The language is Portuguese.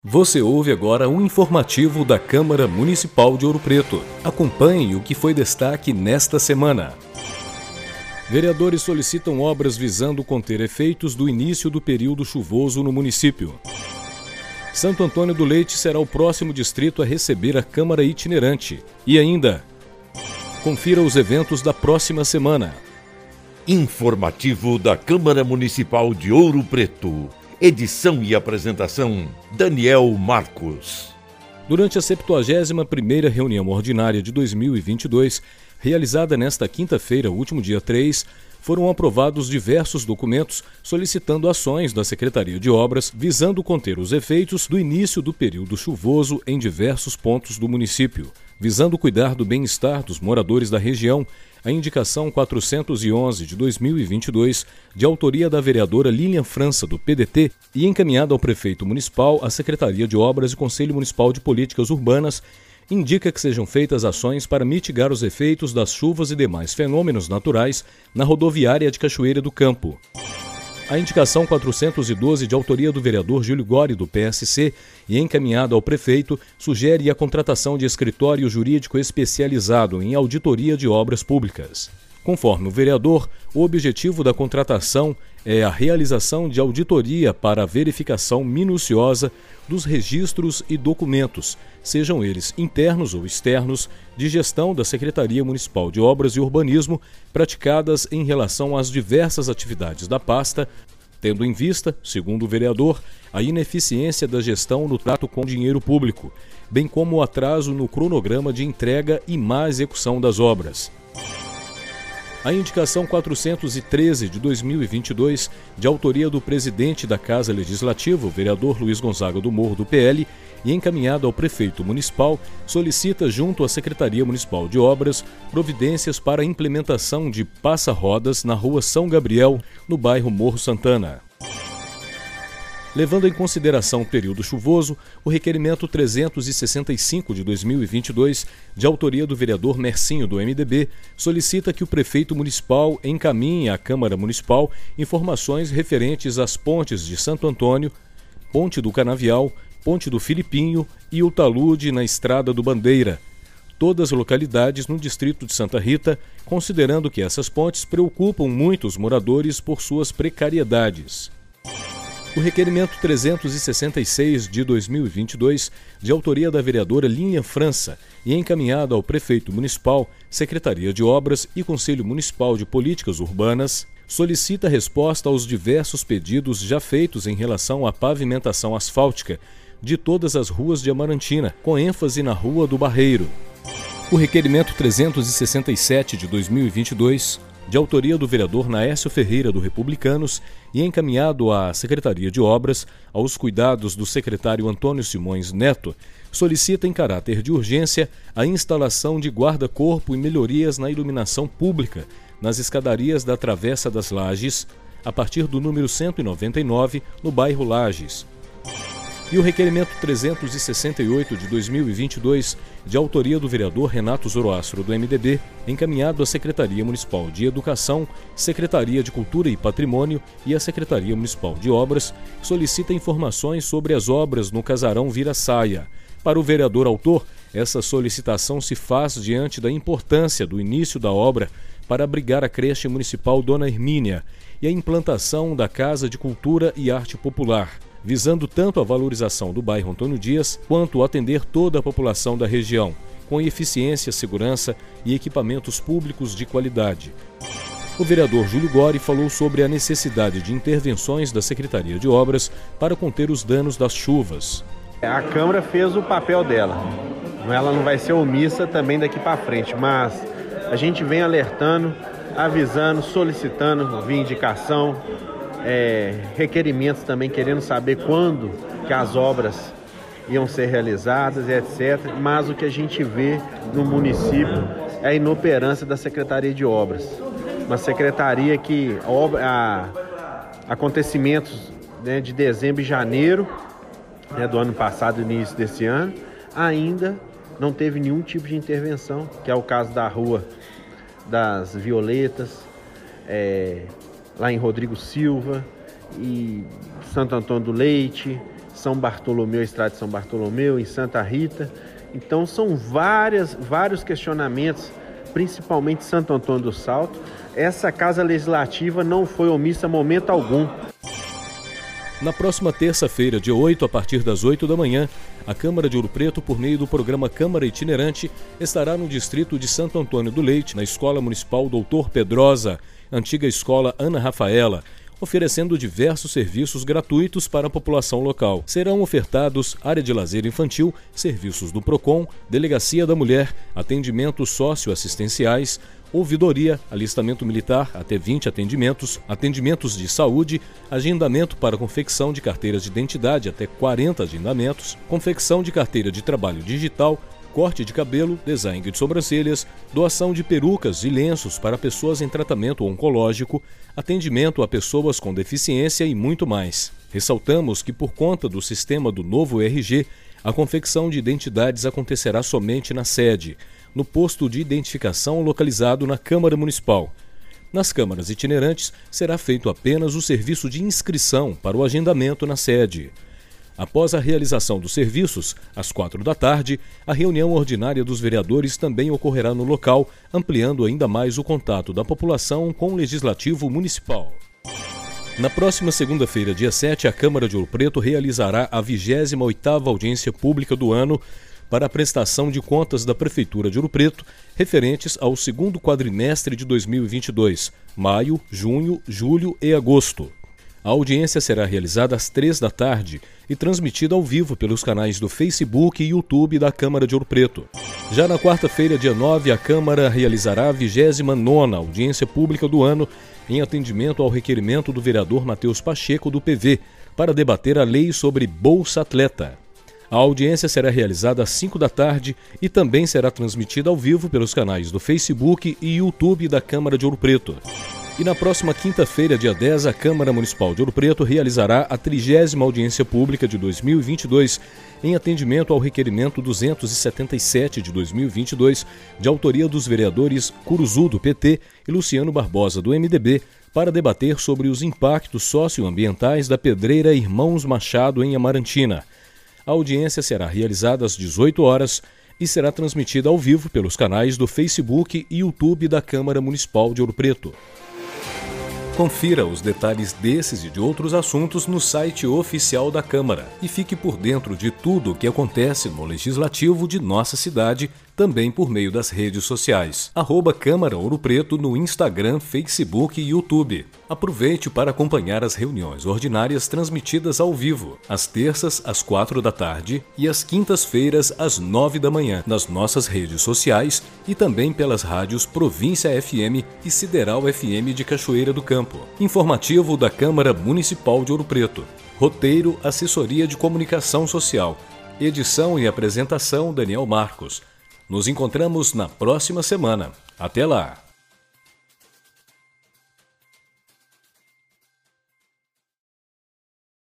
Você ouve agora um informativo da Câmara Municipal de Ouro Preto. Acompanhe o que foi destaque nesta semana. Vereadores solicitam obras visando conter efeitos do início do período chuvoso no município. Santo Antônio do Leite será o próximo distrito a receber a Câmara Itinerante. E ainda, confira os eventos da próxima semana. Informativo da Câmara Municipal de Ouro Preto. Edição e apresentação, Daniel Marcos. Durante a 71ª reunião ordinária de 2022, realizada nesta quinta-feira, último dia 3, foram aprovados diversos documentos solicitando ações da Secretaria de Obras visando conter os efeitos do início do período chuvoso em diversos pontos do município. Visando cuidar do bem-estar dos moradores da região, a indicação 411 de 2022, de autoria da vereadora Lilian França, do PDT, e encaminhada ao prefeito municipal, à Secretaria de Obras e Conselho Municipal de Políticas Urbanas, indica que sejam feitas ações para mitigar os efeitos das chuvas e demais fenômenos naturais na rodoviária de Cachoeira do Campo. A indicação 412, de autoria do vereador Júlio Gori, do PSC, e encaminhada ao prefeito, sugere a contratação de escritório jurídico especializado em auditoria de obras públicas. Conforme o vereador, o objetivo da contratação é a realização de auditoria para a verificação minuciosa dos registros e documentos, sejam eles internos ou externos, de gestão da Secretaria Municipal de Obras e Urbanismo, praticadas em relação às diversas atividades da pasta, tendo em vista, segundo o vereador, a ineficiência da gestão no trato com dinheiro público, bem como o atraso no cronograma de entrega e má execução das obras. A indicação 413 de 2022, de autoria do presidente da Casa Legislativa, o vereador Luiz Gonzaga do Morro, do PL, e encaminhada ao prefeito municipal, solicita junto à Secretaria Municipal de Obras providências para a implementação de passa-rodas na rua São Gabriel, no bairro Morro Santana. Levando em consideração o período chuvoso, o requerimento 365 de 2022, de autoria do vereador Mercinho, do MDB, solicita que o prefeito municipal encaminhe à Câmara Municipal informações referentes às pontes de Santo Antônio, Ponte do Canavial, Ponte do Filipinho e o talude na Estrada do Bandeira, todas localidades no distrito de Santa Rita, considerando que essas pontes preocupam muitos moradores por suas precariedades. O requerimento 366 de 2022, de autoria da vereadora Lilian França e encaminhado ao prefeito municipal, Secretaria de Obras e Conselho Municipal de Políticas Urbanas, solicita resposta aos diversos pedidos já feitos em relação à pavimentação asfáltica de todas as ruas de Amarantina, com ênfase na Rua do Barreiro. O requerimento 367 de 2022, de autoria do vereador Naércio Ferreira, do Republicanos, e encaminhado à Secretaria de Obras, aos cuidados do secretário Antônio Simões Neto, solicita em caráter de urgência a instalação de guarda-corpo e melhorias na iluminação pública nas escadarias da Travessa das Lajes, a partir do número 199, no bairro Lajes. E o requerimento 368 de 2022, de autoria do vereador Renato Zoroastro, do MDB, encaminhado à Secretaria Municipal de Educação, Secretaria de Cultura e Patrimônio e à Secretaria Municipal de Obras, solicita informações sobre as obras no Casarão Vira-Saia. Para o vereador autor, essa solicitação se faz diante da importância do início da obra para abrigar a creche municipal Dona Hermínia e a implantação da Casa de Cultura e Arte Popular, visando tanto a valorização do bairro Antônio Dias, quanto atender toda a população da região, com eficiência, segurança e equipamentos públicos de qualidade. O vereador Júlio Gori falou sobre a necessidade de intervenções da Secretaria de Obras para conter os danos das chuvas. A Câmara fez o papel dela, ela não vai ser omissa também daqui para frente, mas a gente vem alertando, avisando, solicitando via indicação, requerimentos também, querendo saber quando que as obras iam ser realizadas, etc. Mas o que a gente vê no município é a inoperância da Secretaria de Obras. Uma secretaria que acontecimentos, de dezembro e janeiro, do ano passado, início desse ano, ainda não teve nenhum tipo de intervenção, que é o caso da Rua das Violetas, lá em Rodrigo Silva, e Santo Antônio do Leite, São Bartolomeu, Estrada de São Bartolomeu, em Santa Rita. Então são vários questionamentos, principalmente Santo Antônio do Salto. Essa Casa Legislativa não foi omissa em momento algum. Na próxima terça-feira, dia 8, a partir das 8 da manhã, a Câmara de Ouro Preto, por meio do programa Câmara Itinerante, estará no distrito de Santo Antônio do Leite, na Escola Municipal Doutor Pedrosa, antiga Escola Ana Rafaela, oferecendo diversos serviços gratuitos para a população local. Serão ofertados área de lazer infantil, serviços do PROCON, Delegacia da Mulher, atendimentos socioassistenciais, ouvidoria, alistamento militar, até 20 atendimentos, atendimentos de saúde, agendamento para confecção de carteiras de identidade, até 40 agendamentos, confecção de carteira de trabalho digital, corte de cabelo, design de sobrancelhas, doação de perucas e lenços para pessoas em tratamento oncológico, atendimento a pessoas com deficiência e muito mais. Ressaltamos que, por conta do sistema do novo RG, a confecção de identidades acontecerá somente na sede, no posto de identificação localizado na Câmara Municipal. Nas câmaras itinerantes, será feito apenas o serviço de inscrição para o agendamento na sede. Após a realização dos serviços, às 4 da tarde, a reunião ordinária dos vereadores também ocorrerá no local, ampliando ainda mais o contato da população com o Legislativo Municipal. Na próxima segunda-feira, dia 7, a Câmara de Ouro Preto realizará a 28ª audiência pública do ano para a prestação de contas da Prefeitura de Ouro Preto, referentes ao segundo quadrimestre de 2022, maio, junho, julho e agosto. A audiência será realizada às 3 da tarde e transmitida ao vivo pelos canais do Facebook e YouTube da Câmara de Ouro Preto. Já na quarta-feira, dia 9, a Câmara realizará a 29ª audiência pública do ano em atendimento ao requerimento do vereador Matheus Pacheco, do PV, para debater a lei sobre Bolsa Atleta. A audiência será realizada às 5 da tarde e também será transmitida ao vivo pelos canais do Facebook e YouTube da Câmara de Ouro Preto. E na próxima quinta-feira, dia 10, a Câmara Municipal de Ouro Preto realizará a 30ª audiência pública de 2022 em atendimento ao requerimento 277 de 2022, de autoria dos vereadores Curuzu, do PT, e Luciano Barbosa, do MDB, para debater sobre os impactos socioambientais da pedreira Irmãos Machado em Amarantina. A audiência será realizada às 18 horas e será transmitida ao vivo pelos canais do Facebook e YouTube da Câmara Municipal de Ouro Preto. Confira os detalhes desses e de outros assuntos no site oficial da Câmara e fique por dentro de tudo o que acontece no Legislativo de nossa cidade, também por meio das redes sociais. @Câmara Ouro Preto no Instagram, Facebook e YouTube. Aproveite para acompanhar as reuniões ordinárias transmitidas ao vivo, às terças às 4 da tarde e às quintas-feiras às 9 da manhã, nas nossas redes sociais e também pelas rádios Província FM e Sideral FM de Cachoeira do Campo. Informativo da Câmara Municipal de Ouro Preto. Roteiro, Assessoria de Comunicação Social. Edição e apresentação, Daniel Marcos. Nos encontramos na próxima semana. Até lá!